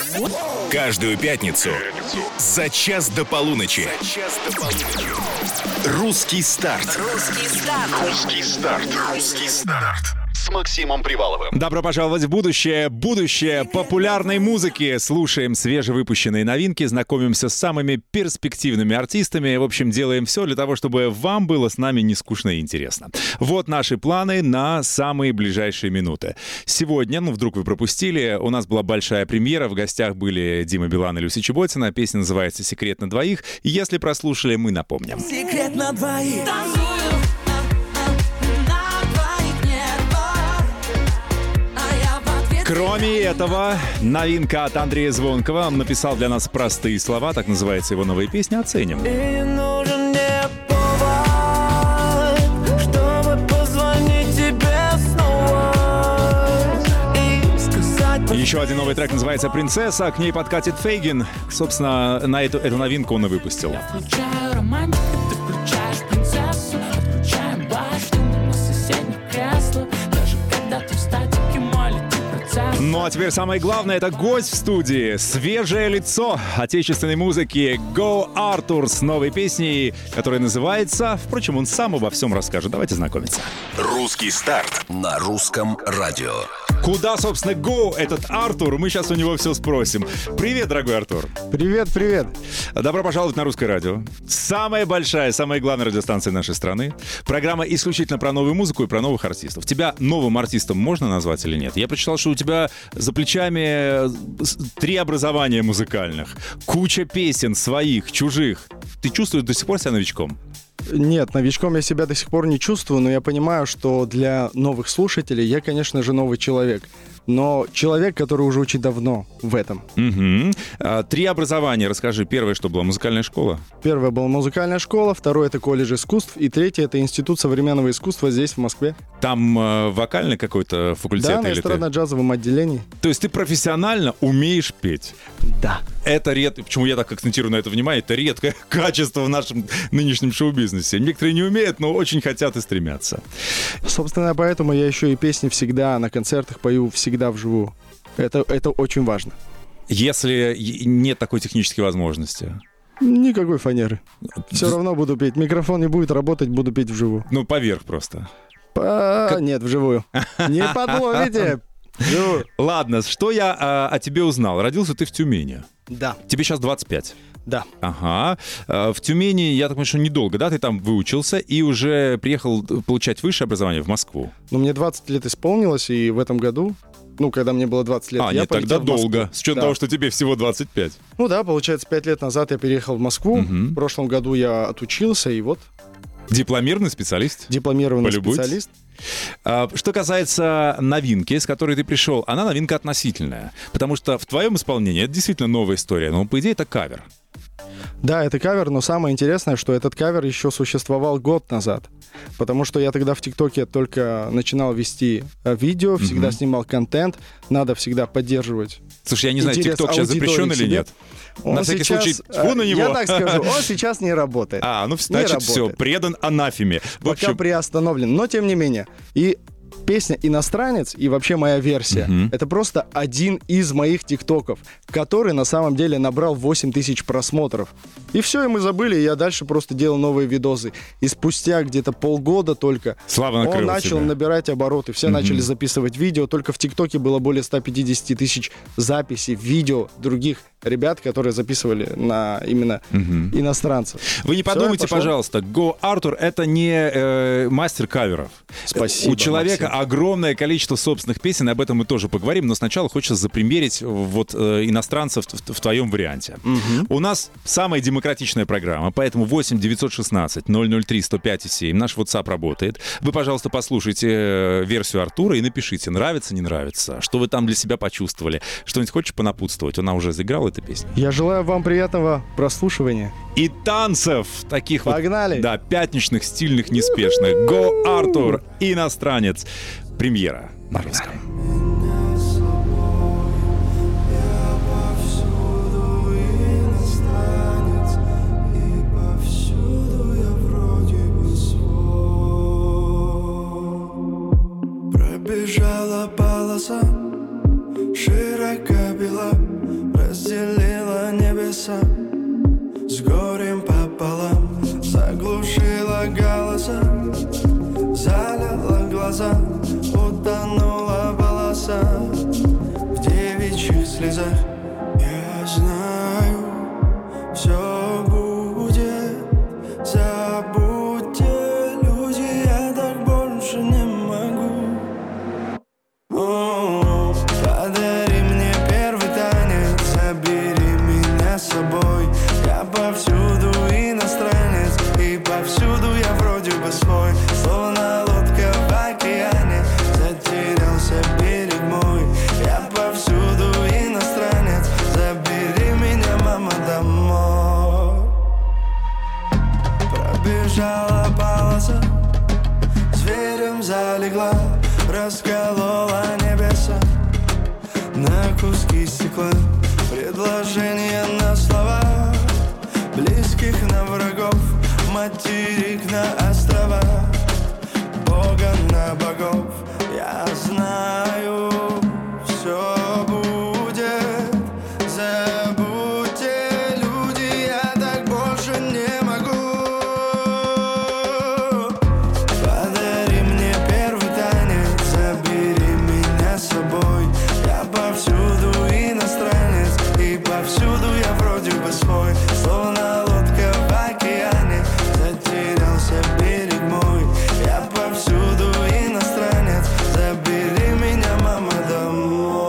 Каждую пятницу за час до полуночи. Русский старт. С Максимом Приваловым. Добро пожаловать в будущее. Будущее популярной музыки. Слушаем свежевыпущенные новинки, знакомимся с самыми перспективными артистами. В общем, делаем все для того, чтобы вам было с нами не скучно и интересно. Вот наши планы на самые ближайшие минуты. Сегодня, вдруг вы пропустили, у нас была большая премьера. В гостях были Дима Билан и Люся Чеботина. Песня называется «Секрет на двоих». Если прослушали, мы напомним. Секрет на двоих. Кроме этого, новинка от Андрея Звонкова. Он написал для нас простые слова, так называется его новая песня. Оценим. И нужен мне повод, чтобы позвонить тебе снова и сказать... Еще один новый трек называется «Принцесса». К ней подкатит Фейгин. Собственно, на эту новинку он и выпустил. Включаю романтику, ты включаешь принцессу. Отключаем башню на соседнее кресло. Даже когда ты в статике, мой летит процесс. Ну а теперь самое главное — это гость в студии. Свежее лицо отечественной музыки Go Arthur с новой песней, которая называется... Впрочем, он сам обо всем расскажет. Давайте знакомиться. Русский старт на русском радио. Куда, собственно, Go этот Артур? Мы сейчас у него все спросим. Привет, дорогой Артур. Привет, привет. Добро пожаловать на Русское радио. Самая большая, самая главная радиостанция нашей страны. Программа исключительно про новую музыку и про новых артистов. Тебя новым артистом можно назвать или нет? Я прочитал, что у тебя за плечами 3 образования музыкальных, куча песен своих, чужих. Ты чувствуешь до сих пор себя новичком? Нет, новичком я себя до сих пор не чувствую, но я понимаю, что для новых слушателей я, конечно же, новый человек. Но человек, который уже очень давно в этом. Угу. 3 образования. Расскажи. Первое, что была музыкальная школа? Первое была музыкальная школа, второе — это колледж искусств, и третье — это Институт современного искусства здесь, в Москве. Там вокальный какой-то факультет? Да, на эстрадно-джазовом отделении. То есть ты профессионально умеешь петь? Да. Это редко. Почему я так акцентирую на это внимание? Это редкое качество в нашем нынешнем шоу-бизнесе. Некоторые не умеют, но очень хотят и стремятся. Собственно, поэтому я еще и песни всегда на концертах пою, всегда вживую. Это очень важно. Если нет такой технической возможности? Никакой фанеры. Все равно буду петь. Микрофон не будет работать, буду петь вживую. Ну, поверх просто. Нет, вживую. Не подловите. Вживую. Ладно, что я о тебе узнал? Родился ты в Тюмени. Да. Тебе сейчас 25. Да. Ага. В Тюмени, я так понимаю, что недолго, да? Ты там выучился и уже приехал получать высшее образование в Москву. Ну, мне 20 лет исполнилось, и в этом году, когда мне было 20 лет, я нет, полетел тогда в Москву. долго, с учетом того, что тебе всего 25. Ну да, получается, 5 лет назад я переехал в Москву. В прошлом году я отучился, и вот. Дипломированный специалист? Дипломированный Полюбуйтесь. специалист. Что касается новинки, с которой ты пришел, она новинка относительная. Потому что в твоем исполнении это действительно новая история, но, по идее, это кавер. Да, это кавер, но самое интересное, что этот кавер еще существовал год назад. Потому что я тогда в ТикТоке только начинал вести видео, всегда снимал контент, надо всегда поддерживать. Слушай, я не знаю, ТикТок сейчас запрещен или нет? На всякий случай, тьфу на него. Я так скажу, он сейчас не работает. Значит, все, предан анафеме. Пока приостановлен, но тем не менее. И песня «Иностранец» и вообще моя версия — это просто один из моих тиктоков, который на самом деле набрал 8 тысяч просмотров. И все, и мы забыли, и я дальше просто делал новые видосы. И спустя где-то полгода только Слава он начал набирать обороты, все начали записывать видео. Только в ТикТоке было более 150 тысяч записей видео других ребят, которые записывали на именно иностранцев. Вы не подумайте, пожалуйста, Go Arthur — это не мастер каверов. Спасибо, У человека Максим. огромное количество собственных песен, об этом мы тоже поговорим, но сначала хочется запримерить иностранцев в твоем варианте. У нас самая демократичная программа, поэтому 8 916 003 105 7 наш WhatsApp работает. Вы, пожалуйста, послушайте версию Артура и напишите, нравится, не нравится, что вы там для себя почувствовали, что-нибудь хочешь понапутствовать. Она уже заиграла, эта песня. Я желаю вам приятного прослушивания. И танцев таких. Погнали. Вот, да, пятничных, стильных, неспешных. Go Arthur, иностранец. Премьера на русском. Пробежала полоса, широко бела. глаза, утонула полоса в девичьих слезах. Я знаю, все будет, забудьте, люди, я так больше не могу. Подари мне первый танец, забери меня с собой. Я повсюду иностранец, и повсюду я вроде бы свой. Словно лодка в океане, затерялся берег мой. Я повсюду иностранец, забери меня, мама, домой. Пробежала полоса, зверем залегла, расколола небеса на куски стекла. Предложения на слова, близких на врагов, материк на острова, Бога на богов. Я знаю, все будет, забудьте, люди, я так больше не могу. Подари мне первый танец, забери меня с собой. Я повсюду иностранец, и повсюду я вроде бы свой. Словно лодка в океане, затерялся берег мой. Я повсюду иностранец, забери меня, мама, домой.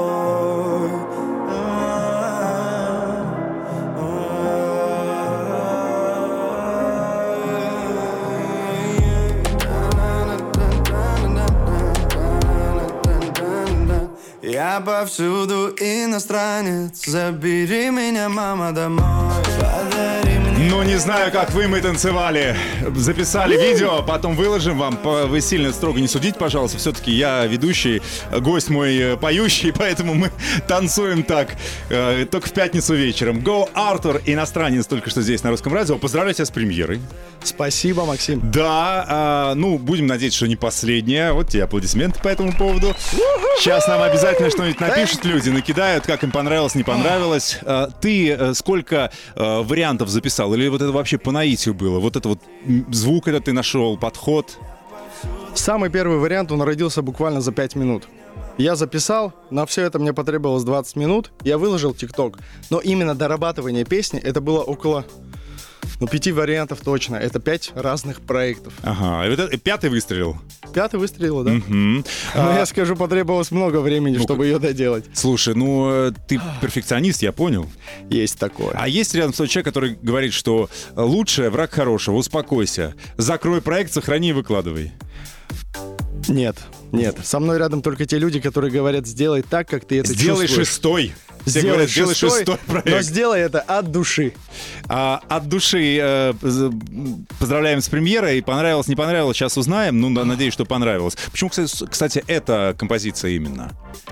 Я повсюду иностранец, забери меня, мама, домой. Подари мне. Ну, не знаю, как мы танцевали. Записали видео, потом выложим вам. Вы сильно строго не судите, пожалуйста. Все-таки я ведущий, гость мой поющий, поэтому мы танцуем так. Только в пятницу вечером. Go Arthur, иностранец, только что здесь на Русском радио. Поздравляю тебя с премьерой. Спасибо, Максим. Да, ну, будем надеяться, что не последняя. Вот тебе аплодисменты по этому поводу. Сейчас нам обязательно что-нибудь напишут люди, накидают, как им понравилось, не понравилось. Ты сколько вариантов записал? Или вот это вообще по наитию было? Вот это вот звук этот ты нашел, подход? Самый первый вариант, он родился буквально за 5 минут. Я записал, на все это мне потребовалось 20 минут, я выложил в ТикТок. Но именно дорабатывание песни, это было около 5 вариантов точно. Это 5 разных проектов. Ага, и вот это, пятый выстрелил? Пятый выстрелил, да. Но я скажу, потребовалось много времени, чтобы ее доделать. Слушай, ну ты перфекционист, я понял. Есть такое. А есть рядом тот человек, который говорит, что лучшее враг хорошего, успокойся. Закрой проект, сохрани и выкладывай. Нет. Со мной рядом только те люди, которые говорят, сделай так, как ты это Сделай чувствуешь. шестой. Все говорят, сделай шестой проект. Но сделай это от души. От души поздравляем с премьерой. Понравилось, не понравилось, сейчас узнаем. Ну, надеюсь, что понравилось. Почему, кстати, эта композиция именно?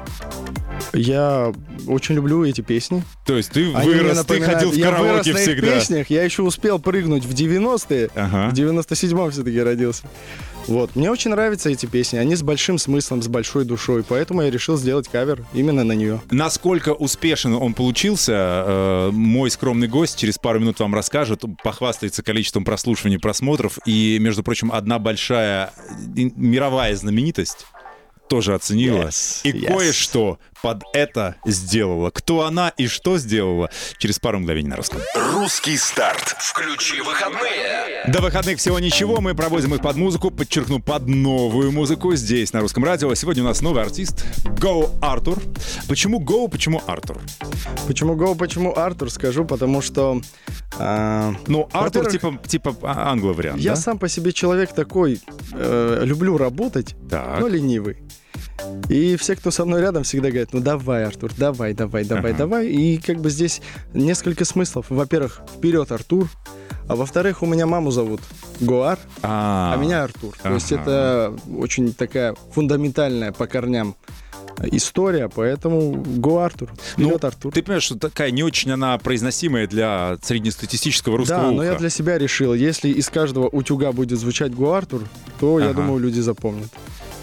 Я очень люблю эти песни. То есть ты вырос, ты ходил в караоке всегда. Я вырос на их песнях, я еще успел прыгнуть в 90-е. Ага. В 97-м все-таки родился. Вот. Мне очень нравятся эти песни. Они с большим смыслом, с большой душой. Поэтому я решил сделать кавер именно на нее. Насколько успешен он получился, мой скромный гость через пару минут вам расскажет, похвастается количеством прослушиваний, просмотров. И, между прочим, одна большая мировая знаменитость тоже оценила. Кое-что под это сделала. Кто она и что сделала, через пару мгновений на русском. Русский старт. Включи выходные. До выходных всего ничего. Мы проводим их под музыку, подчеркну, под новую музыку здесь, на Русском радио. Сегодня у нас новый артист Go Arthur. Почему Go, почему Arthur? Почему Go, почему Arthur? Скажу, потому что... Артур типа англо-вариант, Я да? сам по себе человек такой, люблю работать, но ленивый. И все, кто со мной рядом, всегда говорят, ну давай, Артур, давай. И как бы здесь несколько смыслов. Во-первых, вперед, Артур. А во-вторых, у меня маму зовут Гоар, а меня Артур. То есть это очень такая фундаментальная по корням история, поэтому Go Arthur. Вперед, Артур. Ты понимаешь, что такая не очень она произносимая для среднестатистического русского уха. Да, но я для себя решил, если из каждого утюга будет звучать Go Arthur, то, я думаю, люди запомнят.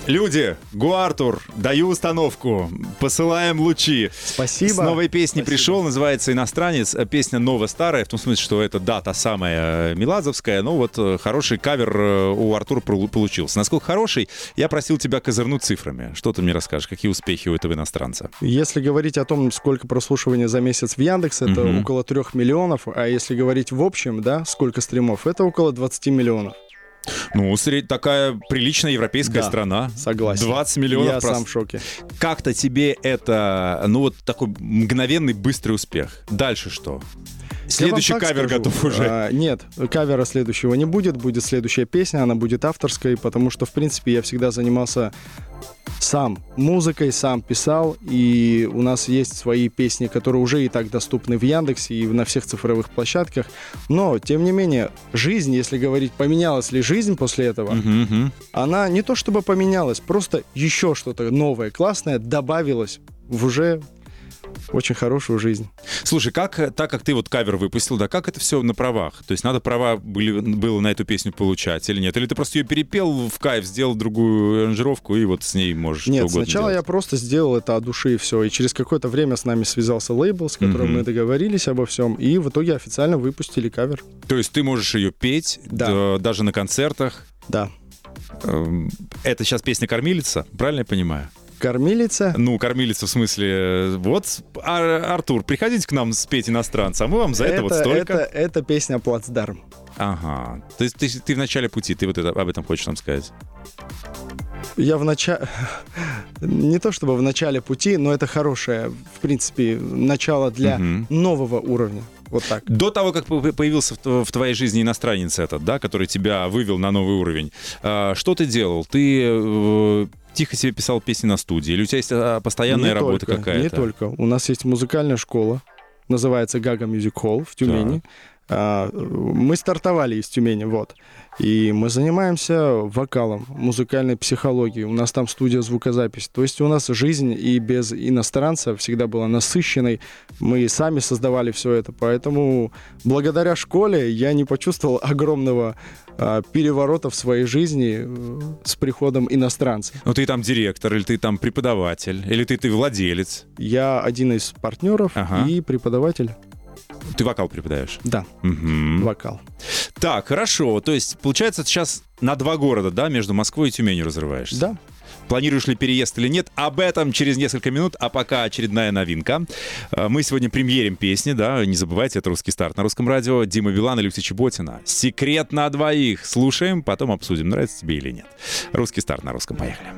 Люди, Гуартур, даю установку, посылаем лучи. Спасибо. С новой песней Спасибо. пришел, называется «Иностранец». Песня ново-старая, в том смысле, что это, да, та самая меладзовская, но вот хороший кавер у Артура получился. Насколько хороший, я просил тебя козырнуть цифрами. Что ты мне расскажешь, какие успехи у этого иностранца? Если говорить о том, сколько прослушиваний за месяц в Яндекс, это около 3 миллионов, а если говорить в общем, да, сколько стримов, это около 20 миллионов. Ну, такая приличная европейская Да, страна. согласен. 20 миллионов. Я сам в шоке. Как-то тебе это, ну вот такой мгновенный быстрый успех. Дальше что? Следующий Я вам так кавер скажу. готов уже. Нет, кавера следующего не будет. Будет следующая песня, она будет авторской, потому что, в принципе, я всегда занимался сам музыкой, сам писал, и у нас есть свои песни, которые уже и так доступны в Яндексе и на всех цифровых площадках. Но, тем не менее, жизнь, если говорить, поменялась ли жизнь после этого, она не то чтобы поменялась, просто еще что-то новое, классное добавилось в уже очень хорошую жизнь. Слушай, так как ты вот кавер выпустил, да, как это все на правах? То есть надо права было на эту песню получать или нет? Или ты просто ее перепел в кайф, сделал другую аранжировку и вот с ней можешь что Нет, угодно сначала делать? я просто сделал это от души и все. И через какое-то время с нами связался лейбл, с которым мы договорились обо всем. И в итоге официально выпустили кавер. То есть ты можешь ее петь Да. даже на концертах. Да. Это сейчас песня «Кормилица», правильно я понимаю? Кормилица. Ну, «Кормилица» в смысле, вот, Артур, приходите к нам спеть «Иностранца», а мы вам за это вот столько. Это песня «Плацдарм». Ага. То есть ты в начале пути, ты вот об этом хочешь нам сказать? Я в начале... Не то чтобы в начале пути, но это хорошее, в принципе, начало для нового уровня. Вот так. До того, как появился в твоей жизни иностранец этот, да, который тебя вывел на новый уровень, что ты делал? Ты тихо себе писал песни на студии? Или у тебя есть постоянная работа какая-то? Не только. У нас есть музыкальная школа, называется Гага Music Hall в Тюмени. Мы стартовали из Тюмени, вот. И мы занимаемся вокалом, музыкальной психологией. У нас там студия звукозаписи. То есть у нас жизнь и без иностранца всегда была насыщенной. Мы сами создавали все это. Поэтому благодаря школе я не почувствовал огромного переворота в своей жизни с приходом иностранца. Ну, ты там директор, или ты там преподаватель, или ты владелец. Я один из партнеров и преподаватель. Ты вокал преподаешь? Да, вокал. Так, хорошо. То есть, получается, сейчас на 2 города, да, между Москвой и Тюменью разрываешься? Да. Планируешь ли переезд или нет? Об этом через несколько минут, а пока очередная новинка. Мы сегодня премьерим песни, да, не забывайте, это «Русский старт» на Русском радио. Дима Билан и Люся Чеботина. «Секрет на двоих». Слушаем, потом обсудим, нравится тебе или нет. «Русский старт» на Русском. Поехали.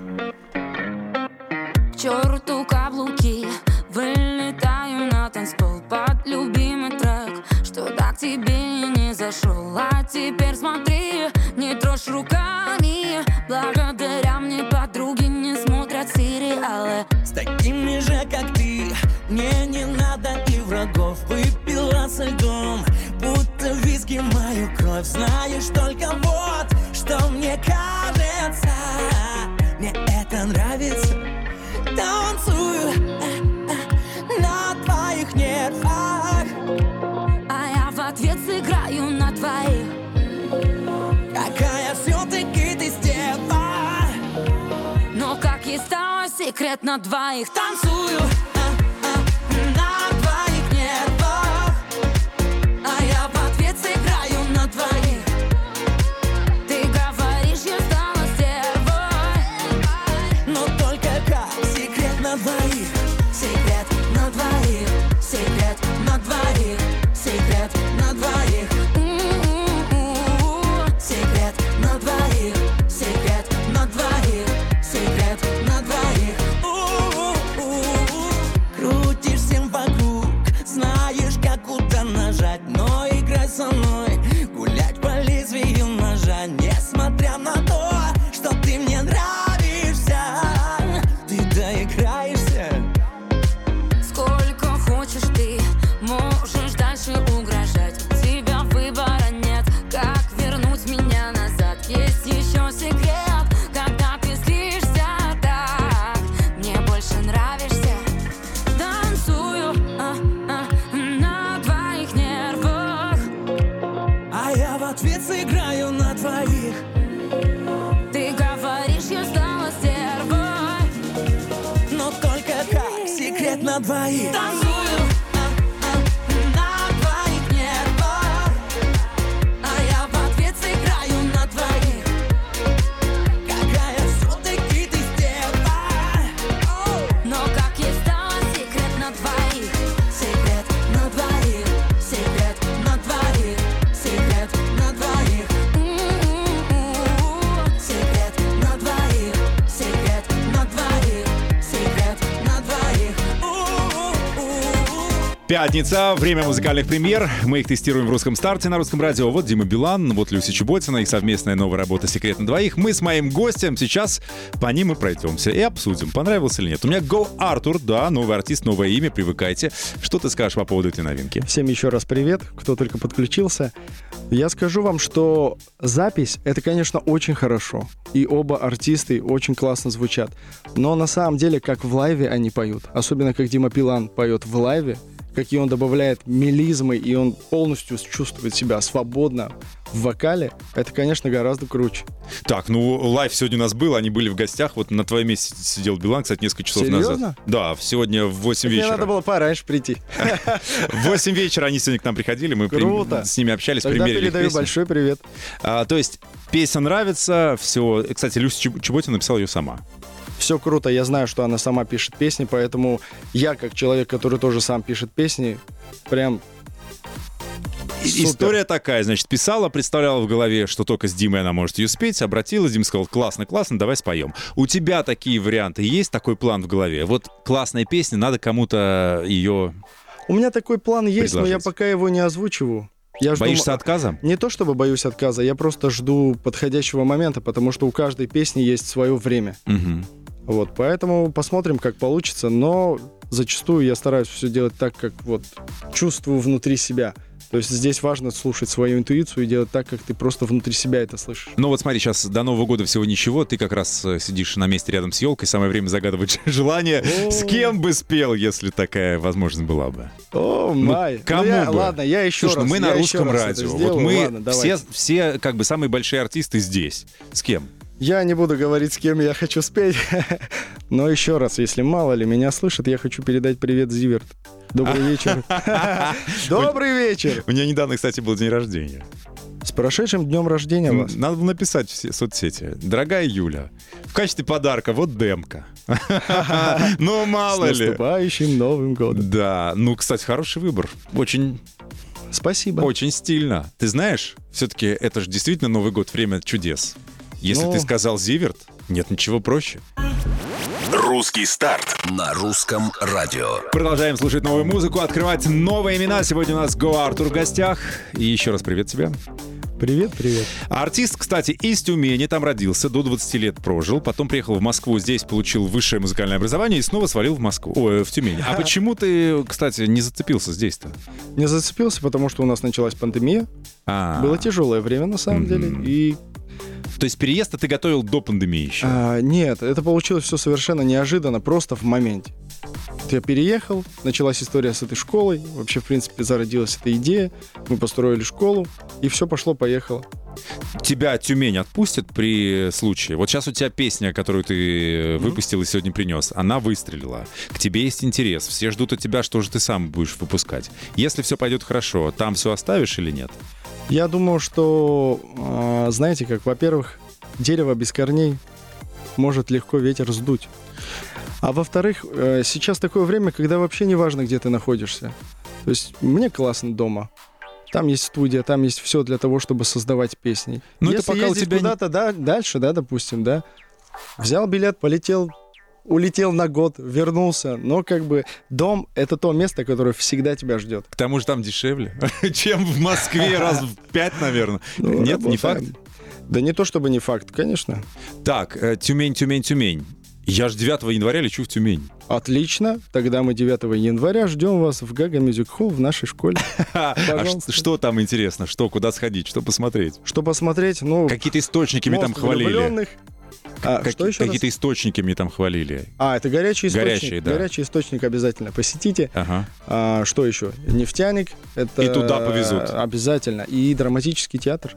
К черту каблуки, вылетаю на танцпол под любимый трек, что так тебе и не зашел. А теперь смотри, не трожь руками. Благодаря мне подруги не смотрят сериалы. С такими же, как ты, мне не надо и врагов. Выпила со льдом, будто виски мою кровь. Знаешь только вот, что мне кажется, мне это нравится. Танцую на твоих нервах, а я в ответ сыграю на твоих. какая все-таки ты стерва. Но как ей стало секрет на двоих. Танцую на твоих нервах, а я в ответ сыграю на твоих. Ты говоришь, я стала стервой, но только как секрет на двоих. секрет на двоих, секрет на двоих, секрет на двоих. Секрет на двоих, секрет на двоих, секрет на двоих. Крутишь всем вокруг, знаешь, как куда нажать. Но играй со мной, гулять по лезвию ножа. Несмотря на то, что ты мне нравишься, ты доиграешься. Сколько хочешь ты, можешь дальше угрожать. У тебя выбора нет, как вернуть меня назад. Есть еще секрет, когда ты злишься так. Мне больше нравишься. Танцую на твоих нервах, А я в ответ сыграю на твоих. ты говоришь, я стала стервой, двоих. Танцую на твоих нервах, а я в ответ сыграю на твоих. Какая все-таки ты стерва. Но как я стала секрет на двоих. Секрет на двоих, секрет на двоих, секрет на двоих. Секрет на двоих, секрет на двоих, секрет на двоих. Пятница, время музыкальных премьер. Мы их тестируем в русском старте на русском радио. Вот Дима Билан, вот Люся Чеботина, их совместная новая работа «Секрет на двоих». Мы с моим гостем сейчас по ним и пройдемся и обсудим, понравился или нет. У меня Go Артур, да, новый артист, новое имя, привыкайте. Что ты скажешь по поводу этой новинки? Всем еще раз привет, кто только подключился. Я скажу вам, что запись — это, конечно, очень хорошо. И оба артисты очень классно звучат. Но на самом деле, как в лайве они поют, особенно как Дима Билан поет в лайве, какие он добавляет мелизмы, и он полностью чувствует себя свободно в вокале, это, конечно, гораздо круче. Так, ну, лайв сегодня у нас был, они были в гостях. Вот на твоем месте сидел Билан, кстати, несколько часов Серьезно? назад. Да, сегодня в 8 вечера. Мне надо было пораньше прийти. В 8 вечера они сегодня к нам приходили, мы Круто. с ними общались, Тогда примерили передаю песню. большой привет. То есть песня нравится, все. Кстати, Люся Чеботина написала ее сама. Все круто, я знаю, что она сама пишет песни, поэтому я, как человек, который тоже сам пишет песни, прям супер. История такая, значит, писала, представляла в голове, что только с Димой она может ее спеть, обратилась, Дима сказал: классно, классно, давай споем. У тебя такие варианты есть, такой план в голове? Вот классная песня, надо кому-то ее... У меня такой план есть, но я предложить. пока его не озвучиваю. Я жду Боишься отказа? Не то чтобы боюсь отказа, я просто жду подходящего момента, потому что у каждой песни есть свое время. Мгм. Вот, поэтому посмотрим, как получится, но зачастую я стараюсь все делать так, как вот чувствую внутри себя. То есть здесь важно слушать свою интуицию и делать так, как ты просто внутри себя это слышишь. Ну вот смотри, сейчас до Нового года всего ничего, ты как раз сидишь на месте рядом с елкой, самое время загадывать желание. С кем бы спел, если такая возможность была бы? О, май. Кому бы? Ладно, я еще Слушай, раз. ну мы на я еще русском раз это радио. сделаю. Вот мы Ладно, давайте. все как бы самые большие артисты здесь. С кем? Я не буду говорить, с кем я хочу спеть, но еще раз, если мало ли меня слышат, я хочу передать привет Зиверт. Добрый вечер. Добрый вечер. У нее недавно, кстати, был день рождения. С прошедшим днем рождения вас. Надо было написать в все соцсети. Дорогая Юля, в качестве подарка вот демка. Ну, С мало ли. наступающим Новым годом. Да, ну, кстати, хороший выбор. Очень, Спасибо. очень стильно. Ты знаешь, все-таки это же действительно Новый год, время чудес. Если Ну. ты сказал Зиверт, нет ничего проще. Русский старт на русском радио. Продолжаем слушать новую музыку, открывать новые имена. Сегодня у нас Go Артур в гостях. И еще раз привет тебе. Привет, привет. Артист, кстати, из Тюмени, там родился, до 20 лет прожил, потом приехал в Москву, здесь получил высшее музыкальное образование и снова свалил в Москву, в Тюмень. А почему ты, кстати, не зацепился здесь-то? Не зацепился, потому что у нас началась пандемия. Было тяжелое время, на самом деле. И То есть переезд ты готовил до пандемии еще? нет, это получилось все совершенно неожиданно, просто в моменте. Вот я переехал, началась история с этой школой. Вообще, в принципе, зародилась эта идея. Мы построили школу, и все пошло-поехало. Тебя Тюмень отпустит при случае? Вот сейчас у тебя песня, которую ты выпустил и сегодня принес, она выстрелила. К тебе есть интерес. Все ждут от тебя, что же ты сам будешь выпускать. Если все пойдет хорошо, там все оставишь или нет? Я думаю, что, знаете как, во-первых, дерево без корней может легко ветер сдуть. А во-вторых, сейчас такое время, когда вообще не важно, где ты находишься. То есть мне классно дома. Там есть студия, там есть все для того, чтобы создавать песни. Ну, это Если пока у ездить тебя не- куда-то дальше, да, допустим, да, взял билет, полетел, улетел на год, вернулся. Но как бы дом — это то место, которое всегда тебя ждет. К тому же там дешевле, чем в Москве раз в 5, наверное. Ну, Нет, не факт. работаем. Да не то чтобы не факт, конечно. Так, Тюмень, Тюмень, Тюмень. Я же 9 января лечу в Тюмень. Отлично. Тогда мы 9 января ждем вас в Гага Мьюзик Холл в нашей школе. А Пожалуйста. что там интересно? Что, куда сходить? Что посмотреть? Что посмотреть? Ну, Какие-то источники мне там мост хвалили. влюбленных. Что еще раз? Какие-то источники мне там хвалили. Это горячий источник. Горячие, да. Горячий источник обязательно посетите. Ага. Что еще? Нефтяник. Это И туда повезут. Обязательно. И драматический театр.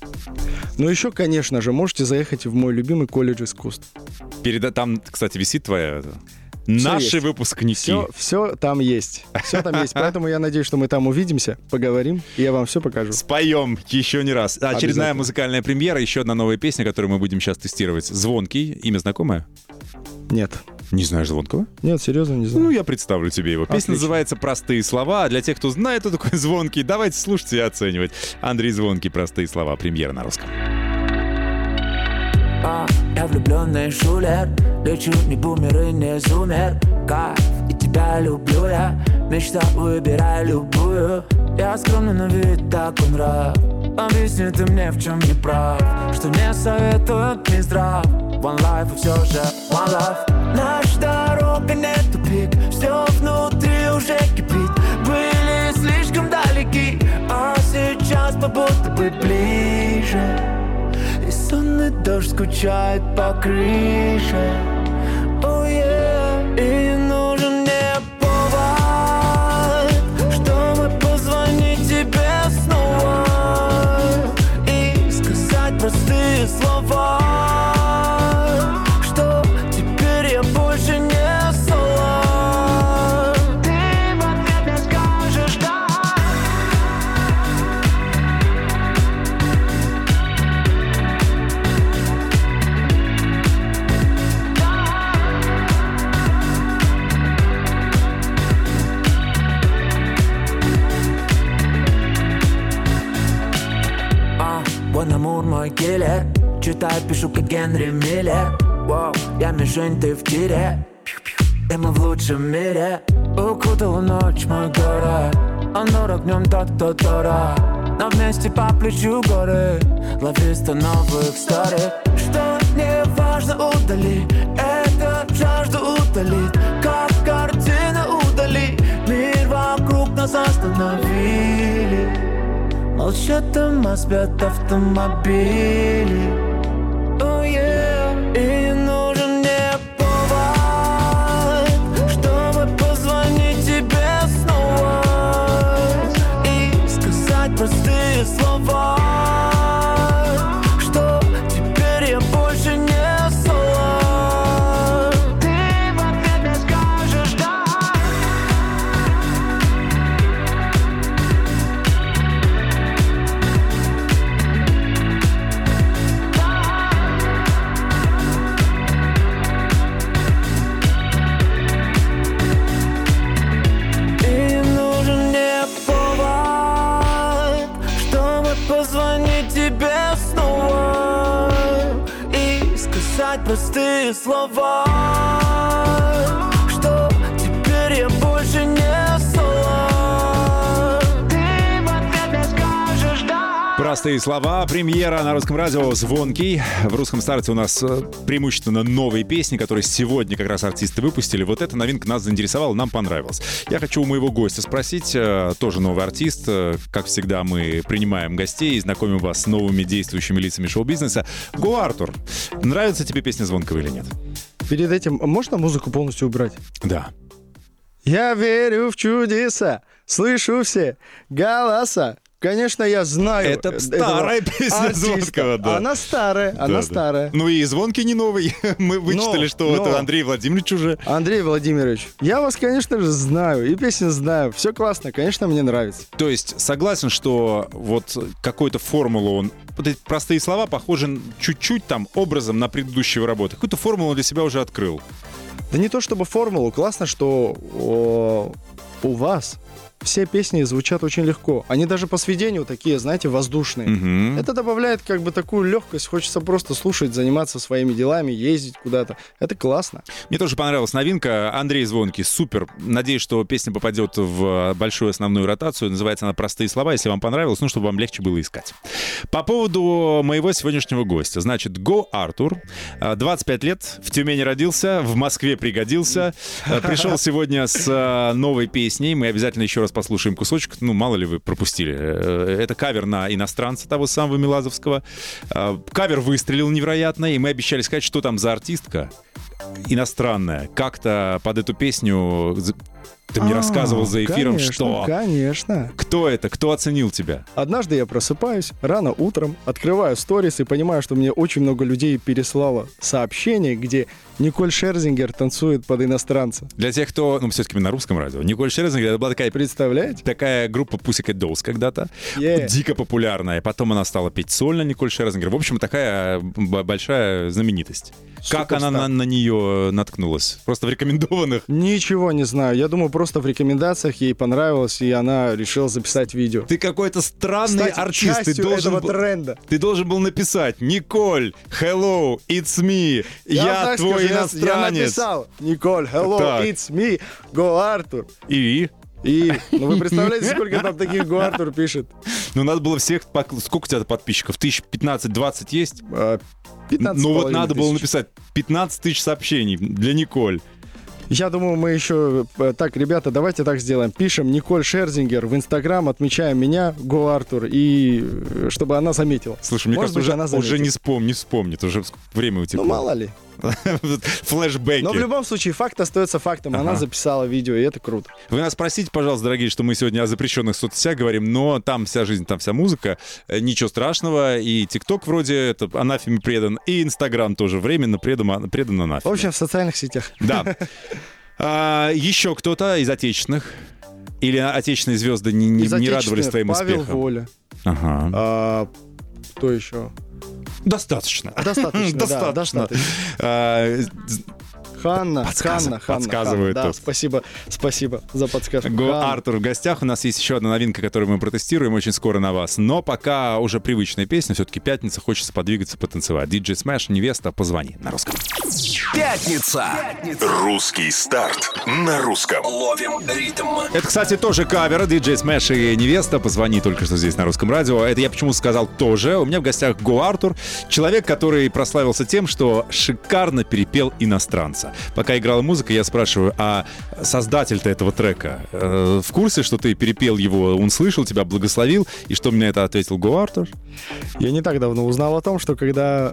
Ну, еще, конечно же, можете заехать в мой любимый колледж искусств. Там, кстати, висит твоя... Наши выпускники. Все там есть. Все там есть. Поэтому я надеюсь, что мы там увидимся, поговорим, и я вам все покажу. Споем еще не раз. Очередная музыкальная премьера, еще одна новая песня, которую мы будем сейчас тестировать. «Звонкий». Имя знакомое? Нет. Не знаешь Звонкого? Нет, серьезно, не знаю. Ну, я представлю тебе его. Песня Отлично. называется «Простые слова». А для тех, кто знает, кто такой Звонкий, давайте слушать и оценивать. Андрей Звонкий, «Простые слова». Премьера на русском. Я влюбленный шулер, лечу не бумер и не зумер. Кайф, и тебя люблю я, мечта, выбирай любую. Я скромный на вид, так он рад. Объясни ты мне, в чем не прав, что мне советуют не здрав. One life и все же one life. Наша дорога не тупик, все внутри уже кипит. Были слишком далеки, а сейчас побудто бы ближе. И сонный дождь скучает по крыше. Oh yeah. И нужен мне повод, чтобы позвонить тебе снова и сказать простые слова, что теперь я больше не соло. Ты в ответ мне скажешь да. Вон Амур мой киллер, читаю, пишу как Генри Миллер. Воу, я мишень, ты в тире, и мы в лучшем мире. Укутала ночь мой город, он дорог днем тот, кто дорог. Но вместе по плечу горы, лови 100 новых старых. Что не важно, удали, это жажду удалит. Как картина удали, мир вокруг нас остановили. Молчат дома, спят автомобили. Oh yeah. И нужен мне повод, чтобы позвонить тебе снова и сказать простые слова, что теперь я больше не соло. Ты в ответ мне скажешь да. Позвонить тебе снова и сказать простые слова, что теперь я больше не соло. Ты в ответ мне скажешь да. «Простые слова». Премьера на русском радио «Звонкий». В русском старте у нас преимущественно новые песни, которые сегодня как раз артисты выпустили. Вот эта новинка нас заинтересовала, нам понравилась. Я хочу у моего гостя спросить, тоже новый артист. Как всегда, мы принимаем гостей и знакомим вас с новыми действующими лицами шоу-бизнеса. Го Артур, нравится тебе песня Звонкого или нет? Перед этим можно музыку полностью убрать? Да. Я верю в чудеса, слышу все голоса. Конечно, я знаю. Это старая песня Звонкого, да. Она старая, она старая. Ну и Звонкий не новый. Мы вычитали, что это Андрей Владимирович уже. Андрей Владимирович, я вас, конечно же, знаю, и песню знаю. Все классно, конечно, мне нравится. То есть согласен, что вот какую-то формулу он... Вот эти простые слова похожи чуть-чуть там образом на предыдущие работы. Какую-то формулу для себя уже открыл. Да не то чтобы формулу. Классно, что у вас все песни звучат очень легко. Они даже по сведению такие, знаете, воздушные. Угу. Это добавляет как бы такую легкость. Хочется просто слушать, заниматься своими делами, ездить куда-то. Это классно. Мне тоже понравилась новинка. Андрей Звонкий, супер. Надеюсь, что песня попадет в большую основную ротацию. Называется она «Простые слова». Если вам понравилось, ну, чтобы вам легче было искать. По поводу моего сегодняшнего гостя. Значит, Го Артур. 25 лет, в Тюмени родился, в Москве пригодился. Пришел сегодня с новой песней. Мы обязательно еще раз послушаем кусочек. Ну, мало ли вы пропустили. Это кавер на «Иностранца» того самого Меладовского. Кавер выстрелил невероятно, и мы обещали сказать, что там за артистка иностранная. Как-то под эту песню Ты мне рассказывал за эфиром, конечно, что... Конечно. Кто это? Кто оценил тебя? Однажды я просыпаюсь рано утром, открываю сторис и понимаю, что мне очень много людей переслало сообщение, где Николь Шерзингер танцует под иностранца. Для тех, кто... Ну, все-таки мы на русском радио. Николь Шерзингер, это была представляете? Такая группа Pussycat Dolls когда-то. Дико популярная. Потом она стала петь сольно, Николь Шерзингер. В общем, такая большая знаменитость. Как она на нее наткнулась? Просто в рекомендованных? Ничего не знаю. Я думаю, просто в рекомендациях ей понравилось, и она решила записать видео. Ты какой-то странный артист. Ты должен был... тренда. Ты должен был написать: Николь, hello, it's me. Я твой иностранец. Я написал: Николь, hello, it's me, go Arthur. И? Ну вы представляете, сколько там таких Go Arthur пишет? Ну надо было всех... Сколько у тебя подписчиков? 15-20 есть? 15. Ну вот надо было написать 15 тысяч сообщений для Николь. Я думаю, мы еще... Так, ребята, давайте так сделаем. Пишем Николь Шерзингер в Инстаграм, отмечаем меня, Go Arthur, и чтобы она заметила. Слушай, мне кажется, уже не вспомнит, уже время утекло. Ну, мало ли. Флэшбэки. Но в любом случае, факт остается фактом. Она записала видео, и это круто. Вы нас простите, пожалуйста, дорогие, что мы сегодня о запрещенных соцсетях говорим, но там вся жизнь, там вся музыка. Ничего страшного. И ТикТок вроде это анафеме предан, и Инстаграм тоже временно предан анафеме. В общем, в социальных сетях. Да. Еще кто-то из отечественных? Или отечественные звезды не радовались твоим успехам? Павел Воля. Ага. Кто еще? Достаточно. Достаточно. Ханна. Подсказывает. Да, спасибо за подсказку. Go Arthur в гостях. У нас есть еще одна новинка, которую мы протестируем очень скоро на вас. Но пока уже привычная песня. Все-таки пятница, хочется подвигаться, потанцевать. DJ Smash, «Невеста, позвони» на русском. Пятница. Русский старт на русском. Ловим ритм. Это, кстати, тоже кавер. DJ Smash и «Невеста, позвони» только что здесь на русском радио. Это я почему сказал тоже. У меня в гостях Go Arthur. Человек, который прославился тем, что шикарно перепел иностранца. Пока играла музыка, я спрашиваю, а создатель-то этого трека в курсе, что ты перепел его? Он слышал тебя, благословил? И что мне это ответил Go Arthur? Я не так давно узнал о том, что когда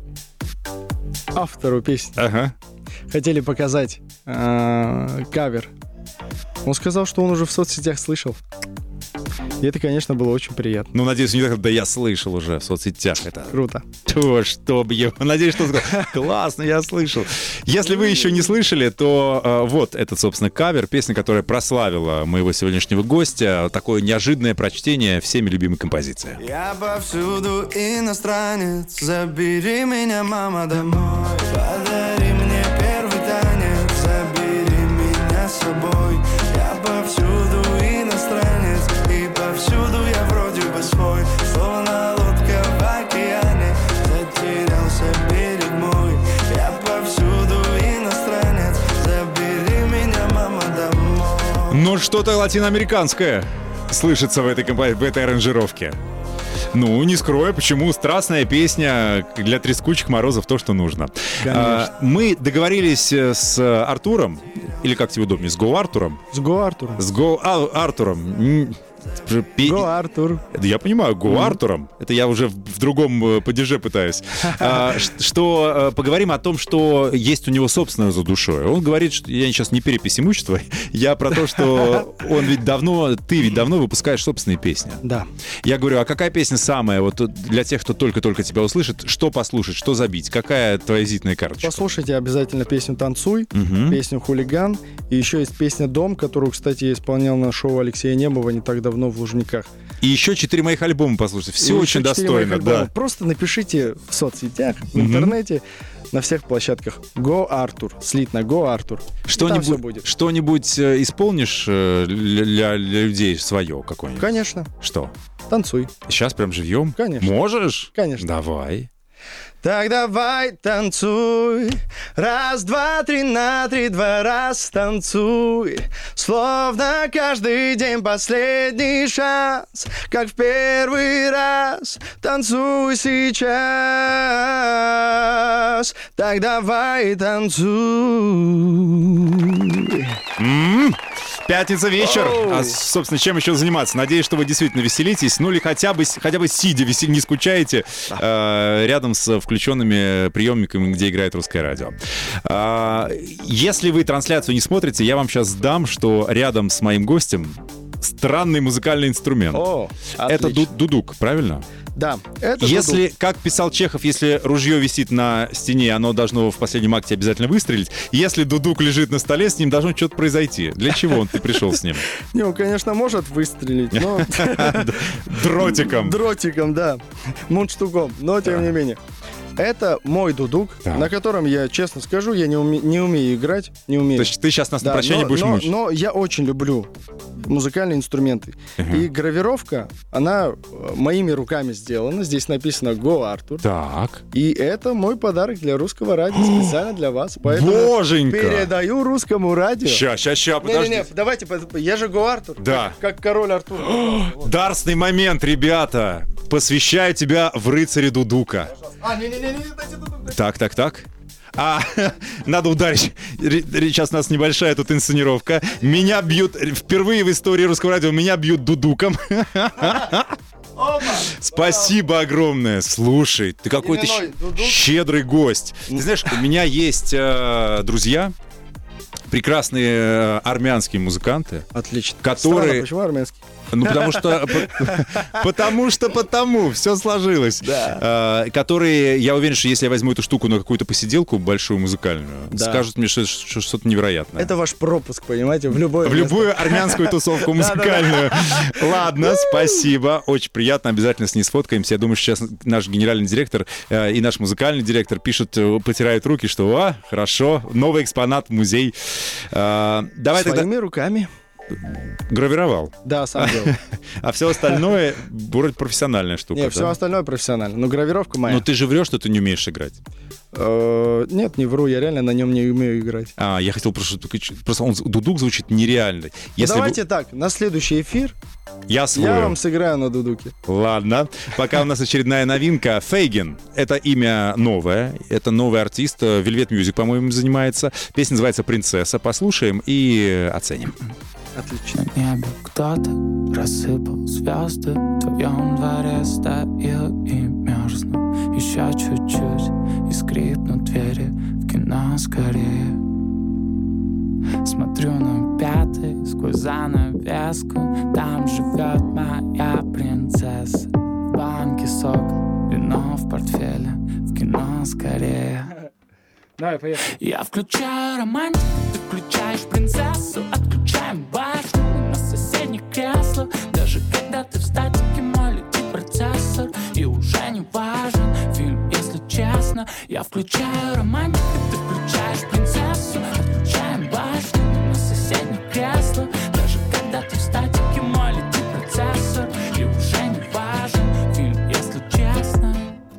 автору песни хотели показать кавер, он сказал, что он уже в соцсетях слышал. И это, конечно, было очень приятно. Ну, надеюсь, не так, да я слышал уже в соцсетях это. Круто. То, чтоб его. Надеюсь, что сказал. Классно, я слышал. Если вы еще не слышали, то вот этот, собственно, кавер, песня, которая прославила моего сегодняшнего гостя. Такое неожиданное прочтение всеми любимой композиции. Я повсюду иностранец, забери меня, мама, домой. Подари мне первый танец, забери меня с собой. Я повсюду иностранец, и повсюду я вроде бы свой. Словно лодка в океане, затерялся берег мой. Я повсюду иностранец, забери меня, мама, домой. Но что-то латиноамериканское слышится в этой аранжировке. Ну, не скрою, почему. Страстная песня для трескучих морозов, то, что нужно. Мы договорились с Артуром, или как тебе удобнее, с Go Arthur'ом? С Go Arthur'ом. С Go Arthur'ом. Go Arthur. Я понимаю, Go Arthur'ом. Это я уже в другом падеже пытаюсь. Что поговорим о том, что есть у него собственное за душой. Он говорит, что я сейчас не перепись имущества, я про то, что ты ведь давно выпускаешь собственные песни. Да. Я говорю, а какая песня самая, вот для тех, кто только-только тебя услышит, что послушать, что забить? Какая твоя визитная карточка? Послушайте обязательно песню «Танцуй», песню «Хулиган». И еще есть песня «Дом», которую, кстати, я исполнял на шоу Алексея Немова не так давно в Лужниках. И еще 4 моих альбома послушайте. Все очень достойно, да. Просто напишите в соцсетях, в интернете, на всех площадках Go Arthur, слитно Go Arthur. Что-нибудь исполнишь для людей свое какое-нибудь? Конечно. Что? «Танцуй». Сейчас прям живьем? Конечно. Можешь? Конечно. Давай. Так давай танцуй, раз, два, три, на 3, 2 раз танцуй, словно каждый день последний шанс, как в первый раз, танцуй сейчас, так давай танцуй. Пятница вечер. А, собственно, чем еще заниматься? Надеюсь, что вы действительно веселитесь. Ну или хотя бы сидя, не скучаете рядом с включенными приемниками, где играет русское радио. Если вы трансляцию не смотрите, я вам сейчас дам, что рядом с моим гостем странный музыкальный инструмент. Это дудук, правильно? Да, это если, дудук. как писал Чехов, если ружье висит на стене, оно должно в последнем акте обязательно выстрелить. Если дудук лежит на столе, с ним должно что-то произойти. Для чего ты пришел с ним? Не, он, конечно, может выстрелить, но... Дротиком. Дротиком, да. Мундштуком, но тем не менее. Это мой дудук, на котором я, честно скажу, я не умею играть. Не умею. То есть ты сейчас нас на прощание будешь мучить? Но я очень люблю музыкальные инструменты. И гравировка, она моими руками сделана. Здесь написано «Go, Артур». Так. И это мой подарок для русского радио, специально для вас. Поэтому Боженька! Передаю русскому радио. Ща, подожди. Не, давайте, я же Go, Артур. Да. Как король Артур. Дарственный момент, ребята. Посвящаю тебя в рыцаре дудука. Так. Надо ударить. Сейчас у нас небольшая тут инсценировка. Меня бьют, впервые в истории русского радио, меня бьют дудуком. Спасибо огромное. Слушай, ты какой-то щедрый гость. Ты знаешь, у меня есть друзья, прекрасные армянские музыканты. Отлично. Которые... Странно, почему армянский? Ну, потому что все сложилось. Да. Которые, я уверен, что если я возьму эту штуку на какую-то посиделку большую музыкальную, скажут мне, что что-то невероятное. Это ваш пропуск, понимаете, в любую армянскую тусовку музыкальную. Ладно, спасибо. Очень приятно. Обязательно с ней сфоткаемся. Я думаю, что сейчас наш генеральный директор и наш музыкальный директор пишут, потирают руки, что хорошо, новый экспонат в музей. Давай Своими руками. Гравировал. Да, сам делал. А все остальное вроде профессиональная штука. Нет, все остальное профессионально. Но гравировка моя. Но ты же врешь, что ты не умеешь играть. Нет, не вру, я реально на нем не умею играть. Я хотел просто он дудук звучит нереально. Давайте так, на следующий эфир я вам сыграю на дудуке. Ладно. Пока у нас очередная новинка. Фейгин. Это имя новое. Это новый артист. Velvet Music, по-моему, занимается. Песня называется «Принцесса». Послушаем и оценим. Отлично. На небе кто-то рассыпал звезды. В твоем дворе стою и мерзну. Еще чуть-чуть и скрипнут двери. В кино скорее. Смотрю на пятый сквозь занавеску. Там живет моя принцесса. В банке сок, вино в портфеле. В кино скорее. Давай, поехали. Я включаю романтику, ты включаешь принцессу. Отключаем башню на соседних креслах. Даже когда ты в статике, мой летит процессор. И уже не важен фильм, если честно. Я включаю романтику, ты включаешь принцессу. Отключаем башню на соседних креслах. Даже когда ты в статике, мой летит процессор. И уже не важен фильм, если честно.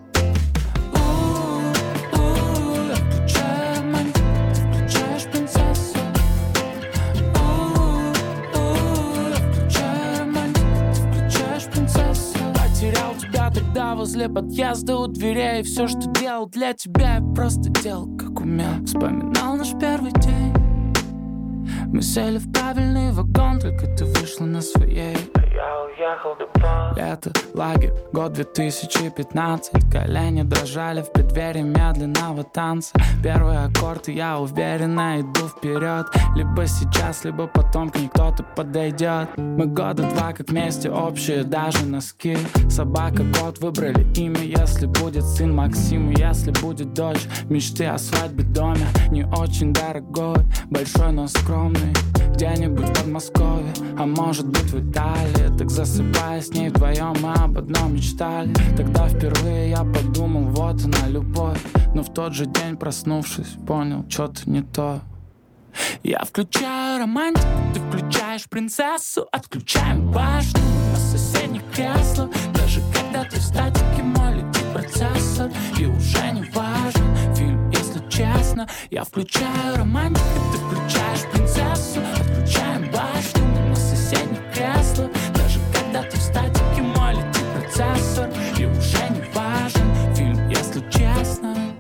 Тогда возле подъезда у дверей. Все, что делал для тебя, я просто делал, как умел. Вспоминал наш первый день. Мы сели в правильный вагон, только ты вышла на своей. Я уехал домой. Лето, лагерь, год 2015. Колени дрожали в преддверии медленного танца. Первый аккорд, и я уверенно иду вперед. Либо сейчас, либо потом к ней кто-то подойдет. Мы года два как вместе, общие даже носки. Собака, кот, выбрали имя. Если будет сын Максим, если будет дочь. Мечты о свадьбе, доме, не очень дорогой. Большой, но скромный. Где-нибудь в Подмосковье, а может быть в Италии. Так засыпая с ней вдвоем, мы об одном мечтали. Тогда впервые я подумал, вот она любовь. Но в тот же день, проснувшись, понял, что-то не то. Я включаю романтику, ты включаешь принцессу. Отключаем башню на соседних креслах. Даже когда ты в статике, мой летит процессор. И уже не важен фильм, если честно. Я включаю романтику, ты включаешь принцессу. Отключаем башню на соседних креслах. Даже когда ты в статике, мой летит процессор. И уже не важен фильм, если честно.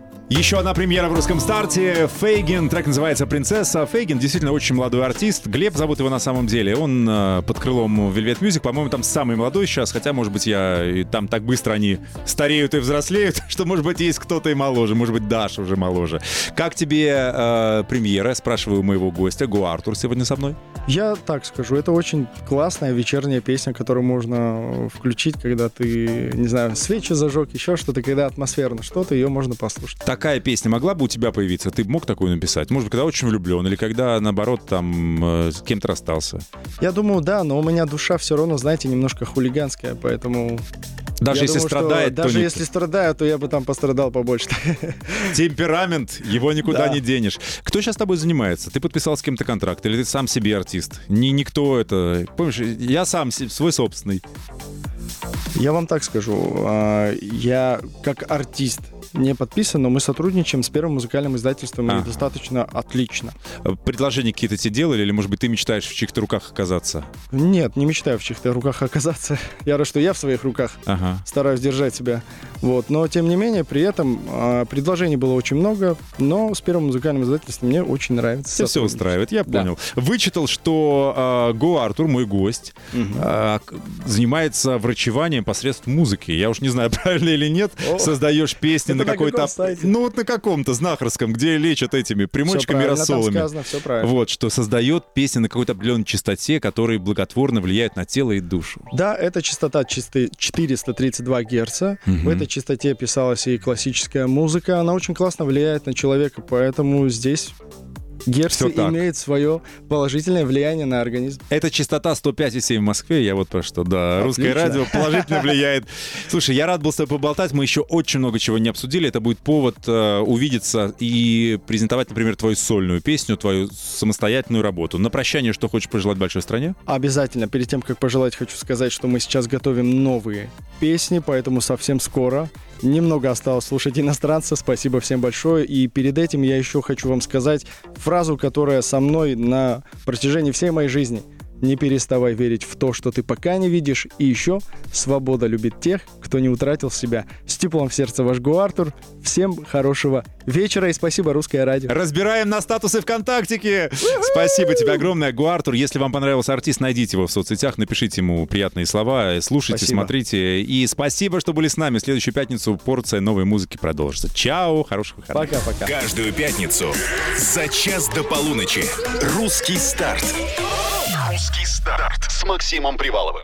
Еще одна премьера в русском старте. Фейгин, трек называется «Принцесса». Фейгин действительно очень молодой артист. Глеб зовут его на самом деле. Он под крылом Velvet Music, по-моему, там самый молодой сейчас. Хотя, может быть, там так быстро они стареют и взрослеют, что, может быть, есть кто-то и моложе. Может быть, Даша уже моложе. Как тебе премьера? Спрашиваю моего гостя. Го Артур сегодня со мной. Я так скажу, это очень классная вечерняя песня, которую можно включить, когда ты, не знаю, свечи зажег, еще что-то, когда атмосферно что-то, ее можно послушать. Такая песня могла бы у тебя появиться? Ты бы мог такую написать? Может быть, когда очень влюблен, или когда, наоборот, там с кем-то расстался? Я думаю, да, но у меня душа все равно, знаете, немножко хулиганская, поэтому... Даже если страдает, даже если страдаю, то я бы там пострадал побольше. Темперамент, его никуда не денешь. Кто сейчас с тобой занимается? Ты подписал с кем-то контракт, или ты сам себе артист? Никто это... Помнишь, я сам свой собственный. Я вам так скажу, я как артист не подписан, но мы сотрудничаем с первым музыкальным издательством и достаточно отлично. Предложения какие-то тебе делали, или, может быть, ты мечтаешь в чьих-то руках оказаться? Нет, не мечтаю в чьих-то руках оказаться. Я рад, что я в своих руках стараюсь держать себя. Вот. Но, тем не менее, при этом предложений было очень много, но с первым музыкальным издательством мне очень нравится. Тебя все устраивает, я понял. Вычитал, что Го Артур, мой гость, занимается врачеванием посредством музыки. Я уж не знаю, правильно или нет. Создаешь песни на какой-то... Ну вот на каком-то знахарском, где лечат этими примочками и рассолами. Там сказано, все правильно. Вот, что создает песни на какой-то определенной частоте, которые благотворно влияют на тело и душу. Да, это частота 432 Гц. В этой частоте писалась и классическая музыка. Она очень классно влияет на человека, поэтому здесь... Герцы имеют свое положительное влияние на организм. Это частота 105,7 в Москве, я вот про что, да. Отлично. Русское радио положительно влияет. Слушай, я рад был с тобой поболтать, мы еще очень много чего не обсудили. Это будет повод увидеться и презентовать, например, твою сольную песню, твою самостоятельную работу. На прощание, что хочешь пожелать большой стране? Обязательно. Перед тем, как пожелать, хочу сказать, что мы сейчас готовим новые песни, поэтому совсем скоро. Немного осталось слушать иностранца. Спасибо всем большое. И перед этим я еще хочу вам сказать фразу, которая со мной на протяжении всей моей жизни. Не переставай верить в то, что ты пока не видишь. И еще свобода любит тех, кто не утратил себя. С теплом в сердце ваш Го Артур. Всем хорошего вечера и спасибо, Русское радио. Разбираем на статусы ВКонтактике. Спасибо тебе огромное, Го Артур. Если вам понравился артист, найдите его в соцсетях, напишите ему приятные слова, слушайте, смотрите. И спасибо, что были с нами. В следующую пятницу порция новой музыки продолжится. Чао, хороших выходных. Пока-пока. Каждую пятницу за час до полуночи «Русский старт». «Русский старт» с Максимом Приваловым.